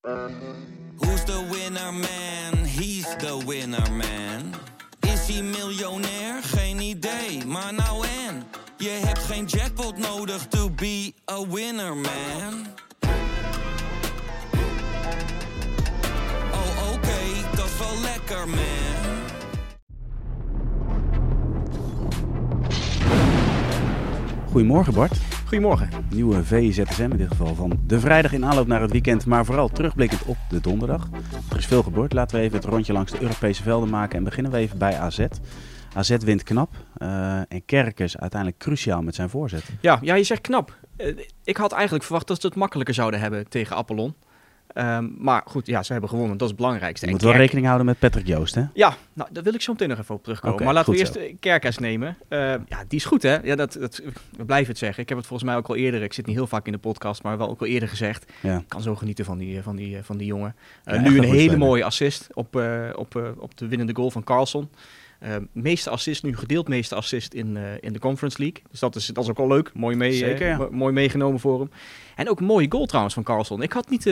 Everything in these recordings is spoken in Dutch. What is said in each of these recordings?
Who's the winner man? He's the winner man. Is hij miljonair? Geen idee, maar nou en. Je hebt geen jackpot nodig to be a winner man. Oh oké, dat is wel lekker man. Goedemorgen Bart. Goedemorgen. Nieuwe VZSM in dit geval van de vrijdag in aanloop naar het weekend, maar vooral terugblikkend op de donderdag. Er is veel gebeurd. Laten we even het rondje langs de Europese velden maken en beginnen we even bij AZ. AZ wint knap en Kerkers uiteindelijk cruciaal met zijn voorzet. Ja, je zegt knap. Ik had eigenlijk verwacht dat ze het makkelijker zouden hebben tegen Apollon. Maar goed, ja, ze hebben gewonnen. Dat is het belangrijkste. Je moet wel rekening houden met Patrick Joost, hè? Ja, nou, daar wil ik zo meteen nog even op terugkomen. Okay, maar laten we goed eerst Kerkers nemen. Ja, die is goed, hè? Ja, we blijven het zeggen. Ik heb het volgens mij ook al eerder, ik zit niet heel vaak in de podcast, maar wel ook al eerder gezegd. Ja. Ik kan zo genieten van die jongen. Ja, nu een hele speler. mooie assist op de winnende goal van Carlson. Meeste assist nu, gedeeld meeste assist in de Conference League. Dus dat is ook wel leuk. Zeker, ja. Mooi meegenomen voor hem. En ook een mooie goal trouwens van Carlson. Ik had niet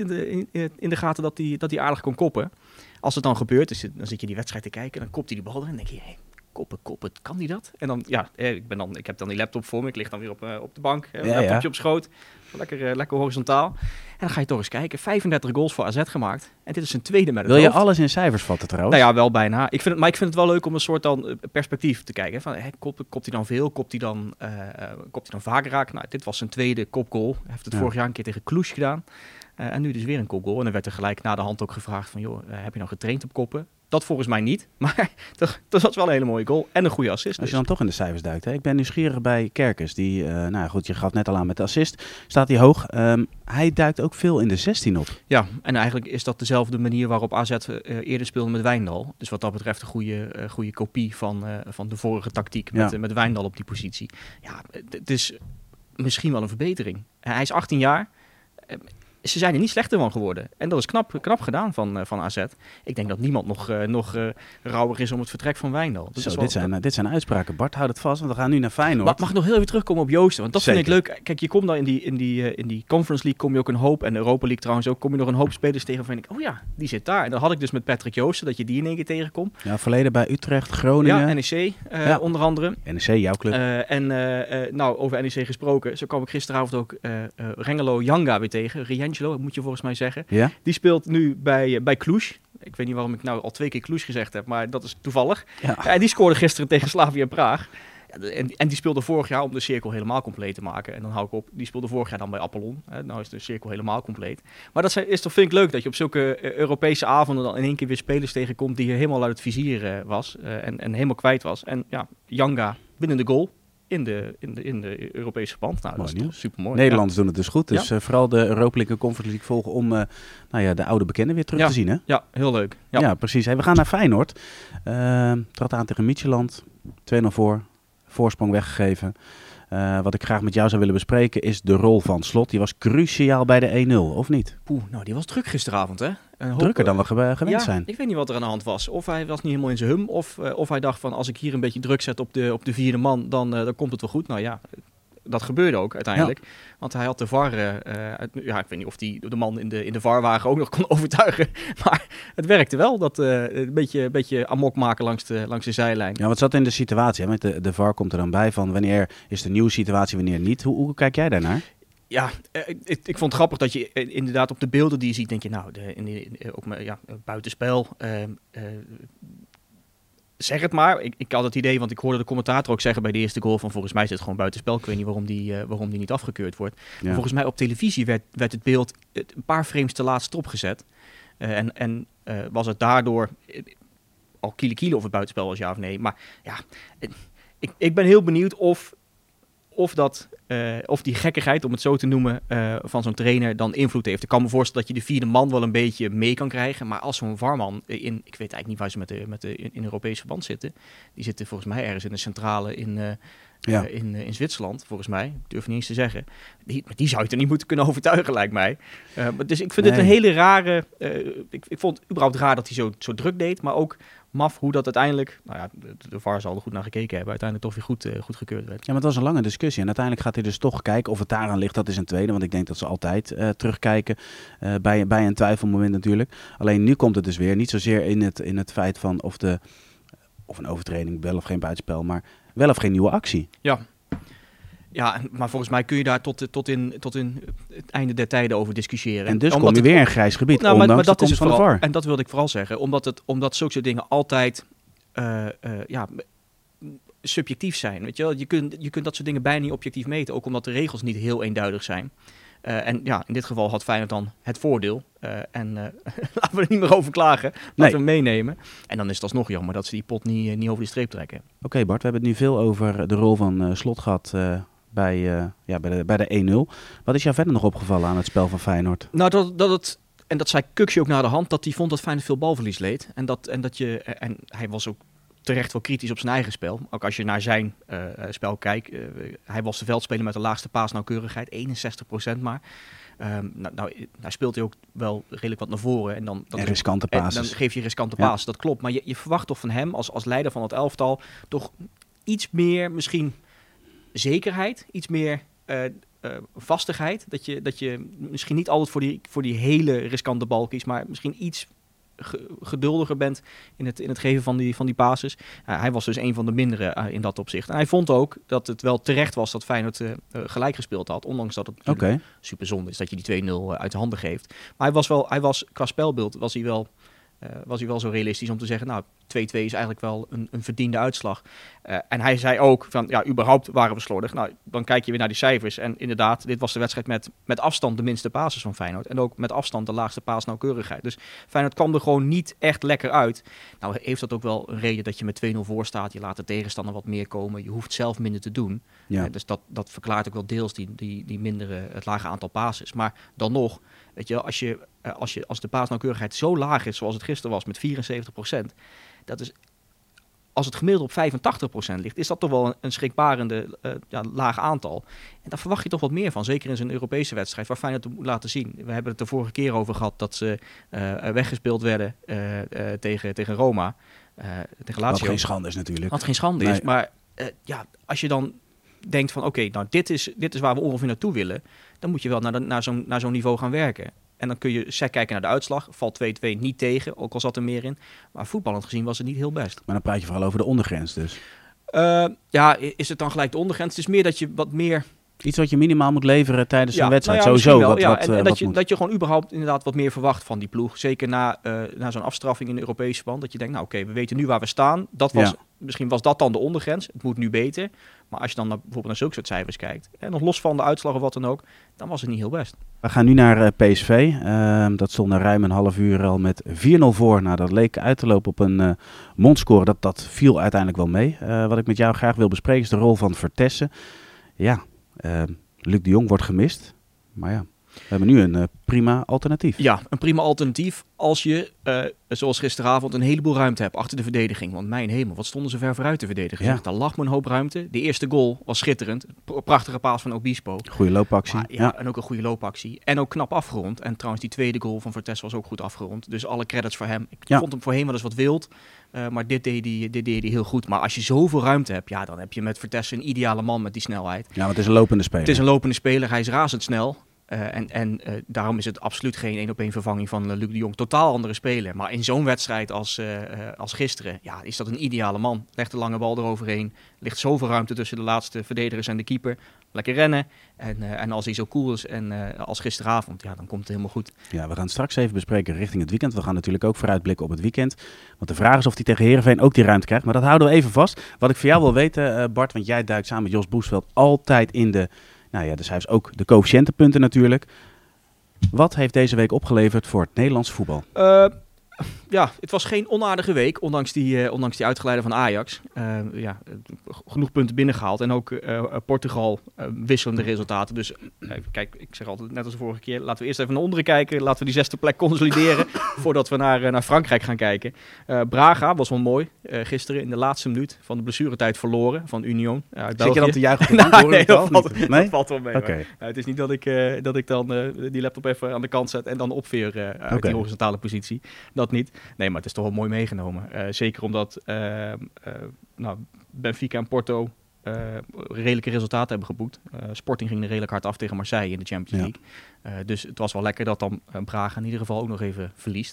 in de gaten dat hij aardig kon koppen. Als het dan gebeurt, dus dan zit je die wedstrijd te kijken. Dan kopt hij die bal erin en denk je, hey, koppen, kan hij dat? En dan, ja, ik heb dan die laptop voor me. Ik lig dan weer op de bank. Laptopje op schoot. Lekker horizontaal. En dan ga je toch eens kijken. 35 goals voor AZ gemaakt. En dit is zijn tweede met het Wil je hoofd. alles in cijfers vatten trouwens? Nou ja, wel bijna. Maar ik vind het wel leuk om een soort dan perspectief te kijken. Van, kopt hij dan veel? Kopt hij dan vaker raak? Nou, dit was zijn tweede kopgoal. Hij heeft het vorig jaar een keer tegen Cluj gedaan. En nu dus weer een kopgoal. En dan werd er gelijk na de hand ook gevraagd van, joh, heb je nou getraind op koppen? Dat volgens mij niet. Maar dat was wel een hele mooie goal. En een goede assist. Als je dan toch in de cijfers duikt. Hè? Ik ben nieuwsgierig bij Kerkers. Die, nou goed, je gaf net al aan met de assist. Staat hij hoog. Hij duikt ook veel in de 16 op. Ja, en eigenlijk is dat dezelfde manier waarop AZ eerder speelde met Wijndal. Dus wat dat betreft een goede kopie van de vorige tactiek met Wijndal op die positie. Ja, het is misschien wel een verbetering. Hij is 18 jaar. Ze zijn er niet slechter van geworden. En dat is knap gedaan van AZ. Ik denk dat niemand nog rouwig is om het vertrek van Wijndal. Dit zijn uitspraken. Bart, houd het vast, want we gaan nu naar Feyenoord. Mag ik nog heel even terugkomen op Joosten? Want dat Zeker. vind ik leuk. Kijk, je komt dan in die Conference League kom je ook een hoop. En de Europa League trouwens ook. Kom je nog een hoop spelers tegen waarvan ik, oh ja, die zit daar. En dan had ik dus met Patrick Joosten, dat je die in één keer tegenkomt. Ja, verleden bij Utrecht, Groningen. Ja, NEC onder andere. NEC, jouw club. Nou, over NEC gesproken. Zo kwam ik gisteravond ook Rengelo Janga weer tegen. Riangelo, moet je volgens mij zeggen. Ja? Die speelt nu bij Cluj. Ik weet niet waarom ik nou al 2 keer Cluj gezegd heb, maar dat is toevallig. Ja. En die scoorde gisteren tegen Slavia Praag. Ja, en die speelde vorig jaar om de cirkel helemaal compleet te maken. En dan hou ik op. Die speelde vorig jaar dan bij Apollon. Nou is de cirkel helemaal compleet. Maar dat vind ik leuk dat je op zulke Europese avonden dan in één keer weer spelers tegenkomt die helemaal uit het vizier was. En helemaal kwijt was. En ja, Janga binnen de goal. In de Europese verband. Nou, dat is super mooi. Nederlanders doen het dus goed. Dus vooral de Europa League en Conference League volgen om de oude bekenden weer terug te zien. Hè? Ja, heel leuk. Ja, precies. Hey, we gaan naar Feyenoord. Trad aan tegen Midtjylland. 2-0 voorsprong weggegeven. Wat ik graag met jou zou willen bespreken is de rol van Slot. Die was cruciaal bij de 1-0, of niet? Nou, die was druk gisteravond, hè? Drukker dan we gewend zijn. Ik weet niet wat er aan de hand was. Of hij was niet helemaal in zijn hum, of hij dacht van als ik hier een beetje druk zet op de vierde man, dan komt het wel goed. Nou ja, dat gebeurde ook uiteindelijk. Ja. Want hij had de VAR, ik weet niet of de man in de VAR-wagen ook nog kon overtuigen. Maar het werkte wel, dat een beetje amok maken langs de zijlijn. Ja, wat zat in de situatie? Hè? Met de VAR komt er dan bij van wanneer is de nieuwe situatie, wanneer niet. Hoe kijk jij daarnaar? Ja, ik vond het grappig dat je inderdaad op de beelden die je ziet, denk je nou, buitenspel. Zeg het maar. Ik had het idee, want ik hoorde de commentator ook zeggen bij de eerste goal van volgens mij is het gewoon buitenspel. Ik weet niet waarom die niet afgekeurd wordt. Ja. Maar volgens mij op televisie werd het beeld een paar frames te laat stopgezet. En was het daardoor al kiele of het buitenspel was, ja of nee. Maar ja, ik ben heel benieuwd of die gekkigheid, om het zo te noemen, van zo'n trainer dan invloed heeft. Ik kan me voorstellen dat je de vierde man wel een beetje mee kan krijgen. Maar als zo'n VAR-man, ik weet eigenlijk niet waar ze in Europees verband zitten. Die zitten volgens mij ergens in de centrale in Zwitserland, volgens mij. Ik durf niet eens te zeggen. Die zou je er niet moeten kunnen overtuigen, lijkt mij. Dus ik vind het een hele rare... Ik vond het überhaupt raar dat hij zo druk deed. Maar ook maf hoe dat uiteindelijk, de VAR zal er goed naar gekeken hebben, uiteindelijk toch weer goed gekeurd werd. Ja, maar het was een lange discussie en uiteindelijk gaat hij dus toch kijken of het daaraan ligt. Dat is een tweede, want ik denk dat ze altijd terugkijken bij een twijfelmoment natuurlijk. Alleen nu komt het dus weer niet zozeer in het feit van of een overtreding, wel of geen buitenspel, maar wel of geen nieuwe actie. Ja, maar volgens mij kun je daar tot in het einde der tijden over discussiëren. En dus kom je weer in grijs gebied, maar dat is het van de VAR. En dat wilde ik vooral zeggen, omdat zulke soort dingen altijd subjectief zijn. Weet je wel? Je kunt dat soort dingen bijna niet objectief meten, ook omdat de regels niet heel eenduidig zijn. En ja, in dit geval had Feyenoord dan het voordeel. Laten we er niet meer over klagen. Laten we hem meenemen. En dan is het alsnog jammer dat ze die pot niet over die streep trekken. Oké, Bart, we hebben het nu veel over de rol van Slot gehad bij de 1-0. Wat is jou verder nog opgevallen aan het spel van Feyenoord? Nou, en dat zei Kuksje ook na de hand, dat hij vond dat Feyenoord veel balverlies leed. En hij was ook terecht wel kritisch op zijn eigen spel. Ook als je naar zijn spel kijkt. Hij was de veldspeler met de laagste paasnauwkeurigheid, 61% maar. Hij speelt hij ook wel redelijk wat naar voren. En riskante passes. Dan geef je riskante passes, dat klopt. Maar je verwacht toch van hem als leider van het elftal toch iets meer misschien zekerheid, iets meer vastigheid. Dat je misschien niet altijd voor die hele riskante bal kiest, maar misschien iets geduldiger bent in het geven van die passes. Hij was dus een van de mindere in dat opzicht. En hij vond ook dat het wel terecht was dat Feyenoord gelijk gespeeld had. Ondanks dat het super zonde is dat je die 2-0 uit de handen geeft. Maar hij was qua spelbeeld was hij wel zo realistisch om te zeggen, nou, 2-2 is eigenlijk wel een verdiende uitslag. En hij zei ook van, ja, überhaupt waren we slordig. Nou, dan kijk je weer naar die cijfers. En inderdaad, dit was de wedstrijd met afstand de minste passes van Feyenoord. En ook met afstand de laagste paasnauwkeurigheid. Dus Feyenoord kwam er gewoon niet echt lekker uit. Nou, heeft dat ook wel een reden dat je met 2-0 voor staat. Je laat de tegenstander wat meer komen. Je hoeft zelf minder te doen. Ja. Dus dat verklaart ook wel deels die mindere, het lage aantal passes. Maar dan nog, weet je, als de paasnauwkeurigheid zo laag is zoals het gisteren was met 74%, dat is, als het gemiddeld op 85% ligt, is dat toch wel een schrikbarende laag aantal. En daar verwacht je toch wat meer van, zeker in zo'n Europese wedstrijd, waar Feyenoord het moet laten zien. We hebben het de vorige keer over gehad dat ze weggespeeld werden tegen Roma, tegen Lazio. Wat geen schande is natuurlijk. Wat geen schande is, maar als je dan denkt van oké, nou dit is waar we ongeveer naartoe willen, dan moet je wel naar zo'n niveau gaan werken. En dan kun je sec kijken naar de uitslag. Valt 2-2 niet tegen, ook al zat er meer in. Maar voetballend gezien was het niet heel best. Maar dan praat je vooral over de ondergrens dus. Is het dan gelijk de ondergrens? Het is meer dat je wat meer... Iets wat je minimaal moet leveren tijdens een wedstrijd. Sowieso. Dat je gewoon überhaupt inderdaad wat meer verwacht van die ploeg. Zeker na zo'n afstraffing in de Europese verband. Dat je denkt, nou oké, we weten nu waar we staan. Misschien was dat dan de ondergrens. Het moet nu beter. Maar als je dan bijvoorbeeld naar zulke soort cijfers kijkt. En nog los van de uitslag of wat dan ook. Dan was het niet heel best. We gaan nu naar PSV. Dat stond na ruim een half uur al met 4-0 voor. Nou, dat leek uit te lopen op een mondscore. Dat viel uiteindelijk wel mee. Wat ik met jou graag wil bespreken is de rol van Vertessen. Ja, Luc de Jong wordt gemist. Maar ja, we hebben nu een prima alternatief. Ja, een prima alternatief als je, zoals gisteravond, een heleboel ruimte hebt achter de verdediging. Want mijn hemel, wat stonden ze ver vooruit te verdedigen. Ja. Daar lag me een hoop ruimte. De eerste goal was schitterend. Prachtige paas van Obispo. Goede loopactie. Maar, en ook een goede loopactie. En ook knap afgerond. En trouwens, die tweede goal van Vertessen was ook goed afgerond. Dus alle credits voor hem. Ik vond hem voorheen wel eens wat wild. Maar dit deed hij heel goed. Maar als je zoveel ruimte hebt, dan heb je met Vertessen een ideale man met die snelheid. Ja, maar het is een lopende speler. Het is een lopende speler. Hij is razendsnel. Daarom is het absoluut geen 1-op-1 vervanging van Luc de Jong. Totaal andere speler. Maar in zo'n wedstrijd als gisteren, is dat een ideale man. Legt de lange bal eroverheen. Ligt zoveel ruimte tussen de laatste verdedigers en de keeper. Lekker rennen. En als hij zo cool is als gisteravond, dan komt het helemaal goed. Ja, we gaan het straks even bespreken richting het weekend. We gaan natuurlijk ook vooruitblikken op het weekend. Want de vraag is of hij tegen Heerenveen ook die ruimte krijgt. Maar dat houden we even vast. Wat ik voor jou wil weten, Bart, want jij duikt samen met Jos Boesveld altijd in de... Nou ja, dus hij heeft ook de coëfficiëntenpunten natuurlijk. Wat heeft deze week opgeleverd voor het Nederlands voetbal? Het was geen onaardige week, ondanks die uitgeleide van Ajax. Genoeg punten binnengehaald. En ook Portugal wisselende resultaten. Dus kijk, ik zeg altijd net als de vorige keer, laten we eerst even naar onderen kijken. Laten we die 6e plek consolideren voordat we naar Frankrijk gaan kijken. Braga was wel mooi. Gisteren in de laatste minuut van de blessuretijd verloren van Union uit België. Zit je dan te juichen? Dat valt wel mee. Okay. Het is niet dat ik dan die laptop even aan de kant zet en dan opveer uit die horizontale positie. Dat niet. Nee, maar het is toch wel mooi meegenomen. Zeker omdat Benfica en Porto redelijke resultaten hebben geboekt. Sporting ging er redelijk hard af tegen Marseille in de Champions League. Dus het was wel lekker dat dan Braga in ieder geval ook nog even verliest.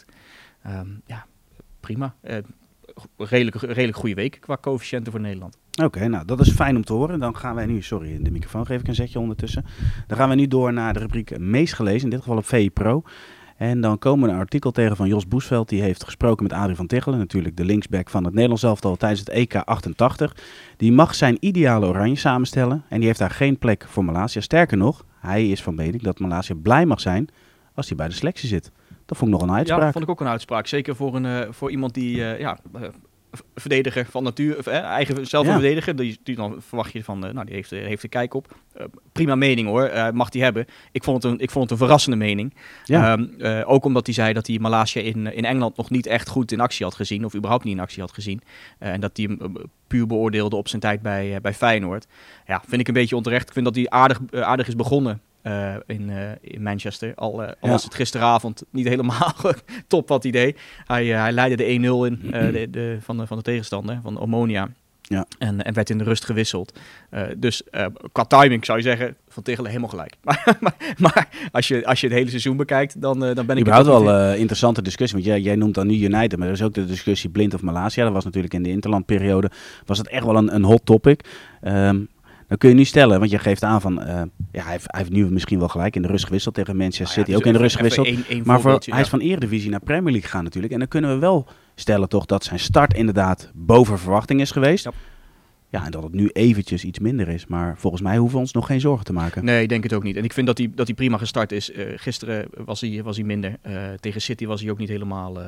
Prima. Redelijk goede week qua coëfficiënten voor Nederland. Oké, nou dat is fijn om te horen. Dan gaan wij nu, sorry, de microfoon geef ik een zetje ondertussen. Dan gaan we nu door naar de rubriek meest gelezen, in dit geval op VI Pro. En dan komen we een artikel tegen van Jos Boesveld. Die heeft gesproken met Adrie van Tichelen, natuurlijk de linksback van het Nederlands elftal tijdens het EK 88. Die mag zijn ideale oranje samenstellen en die heeft daar geen plek voor Malaysia. Sterker nog, hij is van mening dat Malaysia blij mag zijn als hij bij de selectie zit. Dat vond ik nog een uitspraak. Ja, vond ik ook een uitspraak. Zeker voor iemand die verdediger van natuur, zelf een verdediger. Die dan verwacht je van, die heeft de kijk op. Prima mening hoor, mag die hebben. Ik vond het een verrassende mening. Ja. Ook omdat hij zei dat hij Malaysia in Engeland nog niet echt goed in actie had gezien. Of überhaupt niet in actie had gezien. En dat hij hem puur beoordeelde op zijn tijd bij Feyenoord. Ja, vind ik een beetje onterecht. Ik vind dat hij aardig is begonnen. In Manchester. Al was het gisteravond niet helemaal top wat hij deed. Hij leidde de 1-0 in van de tegenstander, van Omonia. Ja. En werd in de rust gewisseld. Dus qua timing zou je zeggen, Van Tichelen helemaal gelijk. maar als je het hele seizoen bekijkt, dan ben ik... Überhaupt wel interessante discussie, want jij noemt dan nu United, maar er is ook de discussie blind of Malaysia. Dat was natuurlijk in de interlandperiode, was het echt wel een hot topic. Dan kun je nu stellen, want je geeft aan van... hij heeft nu misschien wel gelijk in de rust gewisseld tegen Manchester City. Ook in de rust gewisseld. Maar hij is van Eredivisie naar Premier League gegaan natuurlijk. En dan kunnen we wel stellen toch dat zijn start inderdaad boven verwachting is geweest. Ja, en dat het nu eventjes iets minder is. Maar volgens mij hoeven we ons nog geen zorgen te maken. Nee, ik denk het ook niet. En ik vind dat hij prima gestart is. Gisteren was hij minder. Tegen City was hij ook niet helemaal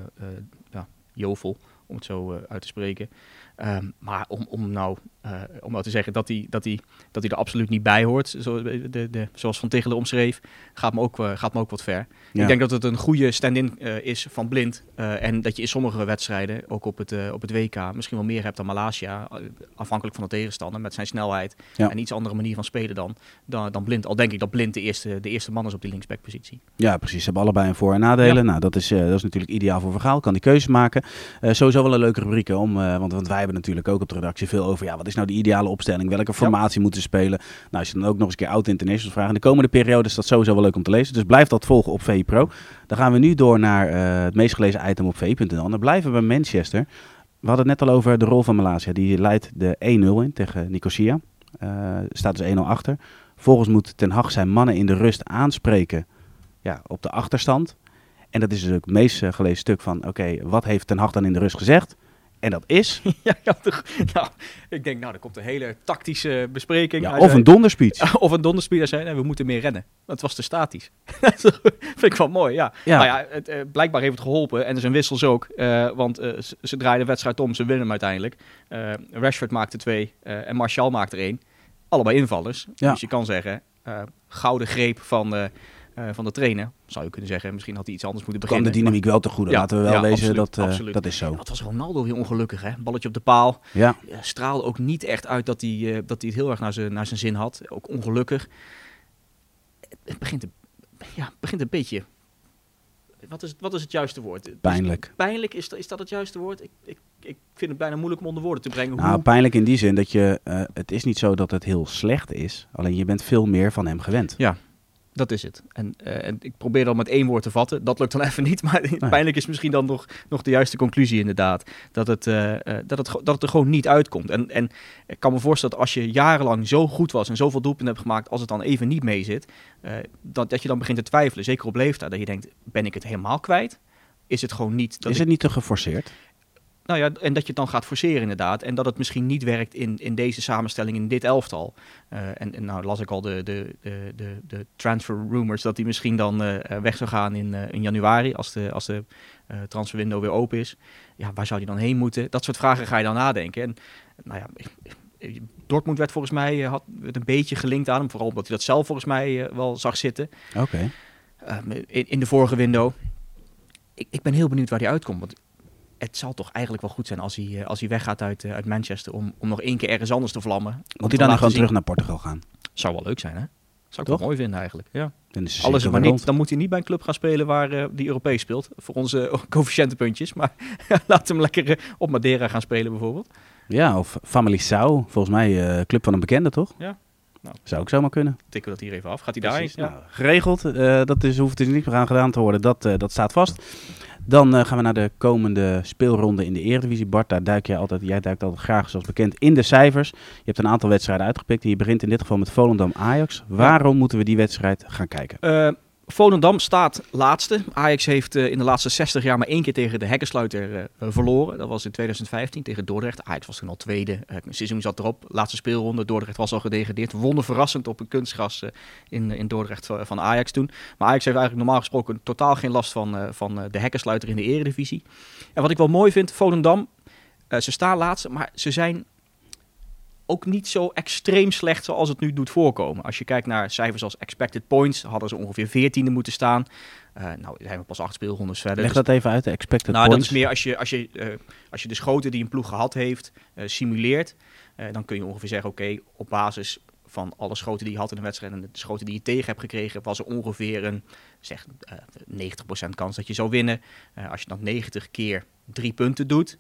jovel, om het zo uit te spreken. Maar om nou te zeggen dat hij er absoluut niet bij hoort, zoals Van Tichelen omschreef, gaat me ook wat ver. Ja. Ik denk dat het een goede stand-in is van Blind. En dat je in sommige wedstrijden, ook op het WK, misschien wel meer hebt dan Malaysia, afhankelijk van de tegenstander, met zijn snelheid en iets andere manier van spelen dan Blind. Al denk ik dat Blind de eerste man is op die linksbackpositie. Ja, precies. Ze hebben allebei een voor- en nadelen. Ja. Nou, dat is natuurlijk ideaal voor Vergaal. Kan die keuze maken. Sowieso wel een leuke rubriek, want wij hebben natuurlijk ook op de redactie veel over, wat is nou de ideale opstelling? Welke formatie moeten ze spelen? Nou, als je dan ook nog eens een keer oud-internationals vraagt. In de komende periode is dat sowieso wel leuk om te lezen. Dus blijf dat volgen op VI Pro. Dan gaan we nu door naar het meest gelezen item op VI.nl. Dan blijven we bij Manchester. We hadden het net al over de rol van Malaysia. Die leidt de 1-0 in tegen Nicosia. Staat dus 1-0 achter. Vervolgens moet Ten Hag zijn mannen in de rust aanspreken op de achterstand. En dat is dus ook het meest gelezen stuk van, wat heeft Ten Hag dan in de rust gezegd? En dat is... ik denk, er komt een hele tactische bespreking. Ja, of een donderspeech. Of een donderspeech. Zei, we moeten meer rennen. Het was te statisch. Dat vind ik wel mooi, ja. Maar blijkbaar heeft het geholpen. En dus een wissels ook. Want ze draaiden de wedstrijd om. Ze winnen hem uiteindelijk. Rashford maakte 2 en Martial maakte 1. Allebei invallers. Ja. Dus je kan zeggen, gouden greep van de trainer, zou je kunnen zeggen. Misschien had hij iets anders moeten beginnen. Kwam de dynamiek wel te goede. Laten we wel wezen, dat is zo. Dat was Ronaldo weer ongelukkig, hè? Balletje op de paal. Ja. Straalde ook niet echt uit dat hij het heel erg naar zijn zin had. Ook ongelukkig. Het begint een beetje... Wat is het juiste woord? Pijnlijk. Pijnlijk, is dat het juiste woord? Ik vind het bijna moeilijk om onder woorden te brengen. Nou, pijnlijk in die zin dat je... het is niet zo dat het heel slecht is. Alleen je bent veel meer van hem gewend. Ja. Dat is het. En ik probeer dat met 1 woord te vatten. Dat lukt dan even niet. Maar pijnlijk is misschien dan nog de juiste conclusie inderdaad. Dat het er gewoon niet uitkomt. En ik kan me voorstellen dat als je jarenlang zo goed was en zoveel doelpunten hebt gemaakt, als het dan even niet mee zit, dat je dan begint te twijfelen. Zeker op leeftijd. Dat je denkt, ben ik het helemaal kwijt? Is het gewoon niet... Is het niet te geforceerd? Nou ja, en dat je het dan gaat forceren inderdaad. En dat het misschien niet werkt in deze samenstelling, in dit elftal. En nou las ik al de transfer rumors dat hij misschien dan weg zou gaan in januari, als de transferwindow weer open is. Ja, waar zou hij dan heen moeten? Dat soort vragen ga je dan nadenken. En nou ja, Dortmund werd volgens mij werd een beetje gelinkt aan hem. Vooral omdat hij dat zelf volgens mij wel zag zitten. Oké. In de vorige window. Ik ben heel benieuwd waar hij uitkomt. Want het zal toch eigenlijk wel goed zijn als hij weggaat uit Manchester om nog 1 keer ergens anders te vlammen. Moet hij dan gewoon terug naar Portugal gaan? Zou wel leuk zijn, hè? Zou ik wel mooi vinden eigenlijk, ja. Alles maar niet, dan moet hij niet bij een club gaan spelen waar die Europees speelt. Voor onze coëfficiëntenpuntjes. Maar laat hem lekker op Madeira gaan spelen bijvoorbeeld. Ja, of Famalicão. Volgens mij club van een bekende, toch? Ja. Nou, zou ook zomaar kunnen. Tikken we dat hier even af. Gaat hij daarheen? Ja. Nou, geregeld. Hoeft dus niet meer aan gedaan te worden. Dat staat vast. Dan gaan we naar de komende speelronde in de Eredivisie. Bart, daar jij duikt altijd graag, zoals bekend, in de cijfers. Je hebt een aantal wedstrijden uitgepikt. En je begint in dit geval met Volendam-Ajax. Waarom moeten we die wedstrijd gaan kijken? Volendam staat laatste. Ajax heeft in de laatste 60 jaar maar 1 keer tegen de hekkensluiter verloren. Dat was in 2015 tegen Dordrecht. Ajax was toen al tweede. Het seizoen zat erop. Laatste speelronde. Dordrecht was al gedegradeerd. Wonnen verrassend op een kunstgras in Dordrecht van Ajax toen. Maar Ajax heeft eigenlijk normaal gesproken totaal geen last van de hekkensluiter in de Eredivisie. En wat ik wel mooi vind, Volendam, ze staan laatste, maar ze zijn ook niet zo extreem slecht zoals het nu doet voorkomen. Als je kijkt naar cijfers als expected points, hadden ze ongeveer 14e moeten staan. Nou, zijn we pas 8 speelrondes verder. Leg dat even uit, de expected points. Dat is meer als je de schoten die een ploeg gehad heeft, simuleert. Dan kun je ongeveer zeggen, oké, op basis van alle schoten die je had in de wedstrijd en de schoten die je tegen hebt gekregen, was er ongeveer een 90% kans dat je zou winnen. Als je dan 90 keer 3 punten doet,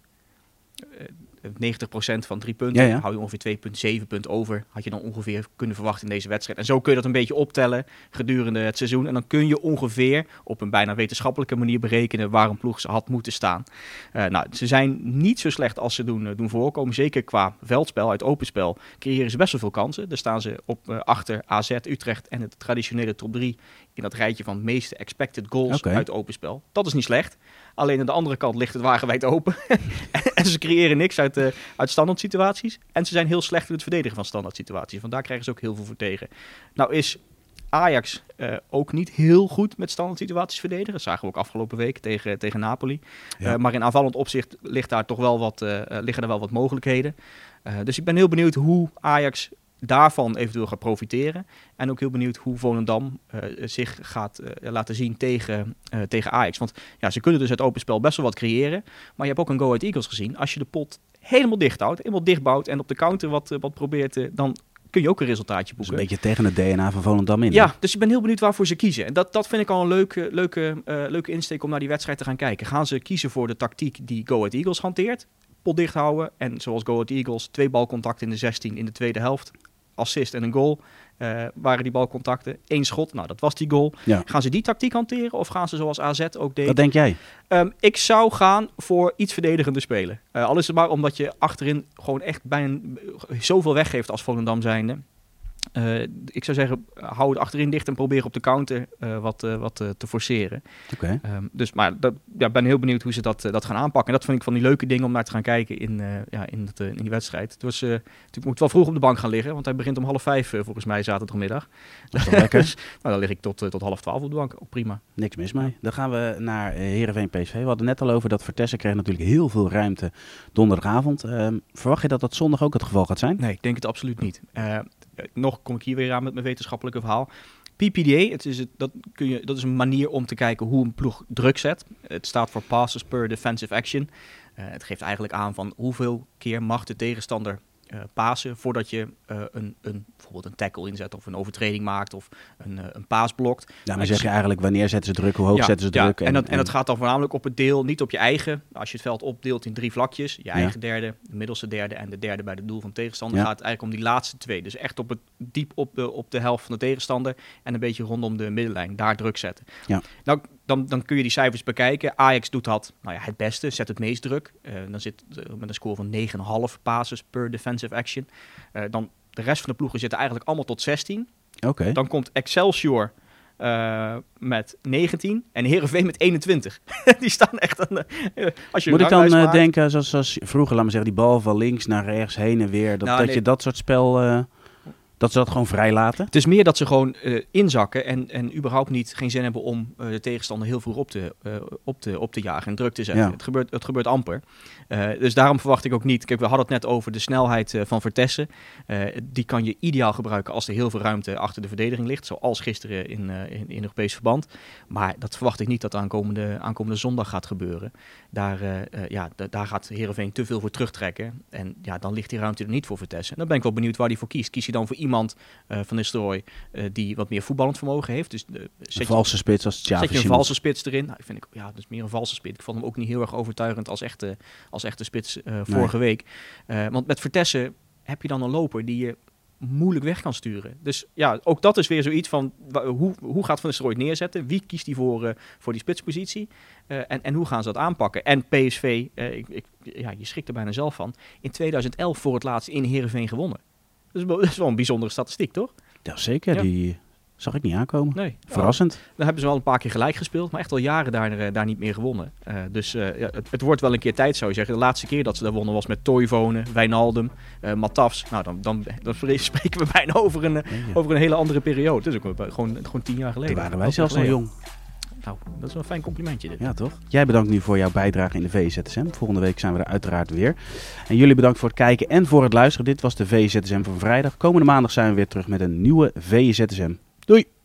90% van 3 punten, hou je ongeveer 2,7 punten over. Had je dan ongeveer kunnen verwachten in deze wedstrijd. En zo kun je dat een beetje optellen gedurende het seizoen. En dan kun je ongeveer op een bijna wetenschappelijke manier berekenen waar een ploeg ze had moeten staan. Nou, ze zijn niet zo slecht als ze doen voorkomen. Zeker qua veldspel, uit open spel, creëren ze best wel veel kansen. Daar staan ze op achter AZ, Utrecht en het traditionele top 3 in dat rijtje van meeste expected goals uit open spel. Dat is niet slecht. Alleen aan de andere kant ligt het wagenwijd open. En ze creëren niks uit standaard situaties. En ze zijn heel slecht in het verdedigen van standaard situaties. Vandaar krijgen ze ook heel veel voor tegen. Nou is Ajax ook niet heel goed met standaard situaties verdedigen. Dat zagen we ook afgelopen week tegen Napoli. Ja. Maar in aanvallend opzicht liggen er wel wat mogelijkheden. Dus ik ben heel benieuwd hoe Ajax daarvan eventueel gaat profiteren. En ook heel benieuwd hoe Volendam zich gaat laten zien tegen Ajax. Want ja, ze kunnen dus uit open spel best wel wat creëren. Maar je hebt ook een Go Ahead Eagles gezien. Als je de pot helemaal dicht houdt, helemaal dichtbouwt en op de counter wat probeert, dan kun je ook een resultaatje boeken. Dus een beetje tegen het DNA van Volendam in. Ja, dus ik ben heel benieuwd waarvoor ze kiezen. En dat vind ik al een leuke insteek om naar die wedstrijd te gaan kijken. Gaan ze kiezen voor de tactiek die Go Ahead Eagles hanteert? Pot dicht houden. En zoals Go Ahead Eagles, 2 balcontacten in de 16 in de tweede helft. Assist en een goal waren die balcontacten. 1 schot, nou dat was die goal. Ja. Gaan ze die tactiek hanteren of gaan ze zoals AZ ook deed? Wat denk jij? Ik zou gaan voor iets verdedigender spelen. Al is het maar omdat je achterin gewoon echt bijna zoveel weggeeft als Volendam zijnde. Ik zou zeggen, hou het achterin dicht en probeer op de counter wat te forceren. Okay. Dus maar ben heel benieuwd hoe ze dat gaan aanpakken. En dat vind ik van die leuke dingen om naar te gaan kijken in die wedstrijd. Dus ik moet wel vroeg op de bank gaan liggen, want hij begint om 4:30 volgens mij zaterdagmiddag. Dat is toch lekker? Nou, dan lig ik tot 11:30 op de bank. Ook prima. Niks mis mee. Dan gaan we naar Heerenveen PSV. We hadden net al over dat Vertessen kreeg natuurlijk heel veel ruimte donderdagavond. Verwacht je dat zondag ook het geval gaat zijn? Nee, ik denk het absoluut niet. Nog kom ik hier weer aan met mijn wetenschappelijke verhaal. PPDA, dat is een manier om te kijken hoe een ploeg druk zet. Het staat voor Passes per Defensive Action. Het geeft eigenlijk aan van hoeveel keer mag de tegenstander pasen voordat je bijvoorbeeld een tackle inzet of een overtreding maakt of een paas blokt. Ja, maar zeg je eigenlijk wanneer zetten ze druk, hoe hoog zetten ze druk? En dat gaat dan voornamelijk op het deel, niet op je eigen. Als je het veld opdeelt in 3 vlakjes, je eigen derde, de middelste derde en de derde bij het doel van de tegenstander, gaat het eigenlijk om die laatste 2. Dus echt diep op de helft van de tegenstander en een beetje rondom de middenlijn, daar druk zetten. Ja. Nou, dan kun je die cijfers bekijken. Ajax doet dat het beste, zet het meest druk. Dan zit met een score van 9,5 passes per defensive action. Dan de rest van de ploegen zitten eigenlijk allemaal tot 16. Okay. Dan komt Excelsior met 19 en Heerenveen met 21. Die staan echt aan de... Moet ik dan denken, zoals vroeger, laat me zeggen, die bal van links naar rechts, heen en weer. Je dat soort spel... Dat ze dat gewoon vrij laten? Het is meer dat ze gewoon inzakken en überhaupt geen zin hebben om de tegenstander heel vroeg op te jagen en druk te zetten. Ja. Het gebeurt amper. Dus daarom verwacht ik ook niet... Kijk, we hadden het net over de snelheid van Vertessen. Die kan je ideaal gebruiken als er heel veel ruimte achter de verdediging ligt. Zoals gisteren in Europees verband. Maar dat verwacht ik niet dat aankomende zondag gaat gebeuren. Daar gaat Heerenveen te veel voor terugtrekken. En dan ligt die ruimte er niet voor Vertessen. Dan ben ik wel benieuwd waar hij voor kiest. Kiest hij dan voor iemand iemand Van Nistelrooy die wat meer voetballend vermogen heeft. Dus een valse spits als Xavi Zet je een valse spits erin? Nou, vind ik, dat is meer een valse spits. Ik vond hem ook niet heel erg overtuigend als echte spits vorige week. Want met Vertessen heb je dan een loper die je moeilijk weg kan sturen. Dus ja, ook dat is weer zoiets van hoe gaat Van Nistelrooy het neerzetten? Wie kiest hij voor die spitspositie? En hoe gaan ze dat aanpakken? En PSV, je schrikt er bijna zelf van, in 2011 voor het laatst in Heerenveen gewonnen. Dat is wel een bijzondere statistiek, toch? Ja, zeker. Ja. Die zag ik niet aankomen. Nee. Verrassend. Dan hebben ze wel een paar keer gelijk gespeeld, maar echt al jaren daar niet meer gewonnen. Dus het wordt wel een keer tijd, zou je zeggen. De laatste keer dat ze daar wonnen was met Toivonen, Wijnaldum, Matafs. Nou, dan spreken we bijna over een hele andere periode. Het is ook gewoon 10 jaar geleden. Toen waren wij zelfs nog jong. Nou, dat is wel een fijn complimentje dit. Ja, toch? Jij bedankt nu voor jouw bijdrage in de VZSM. Volgende week zijn we er uiteraard weer. En jullie bedankt voor het kijken en voor het luisteren. Dit was de VZSM van vrijdag. Komende maandag zijn we weer terug met een nieuwe VZSM. Doei!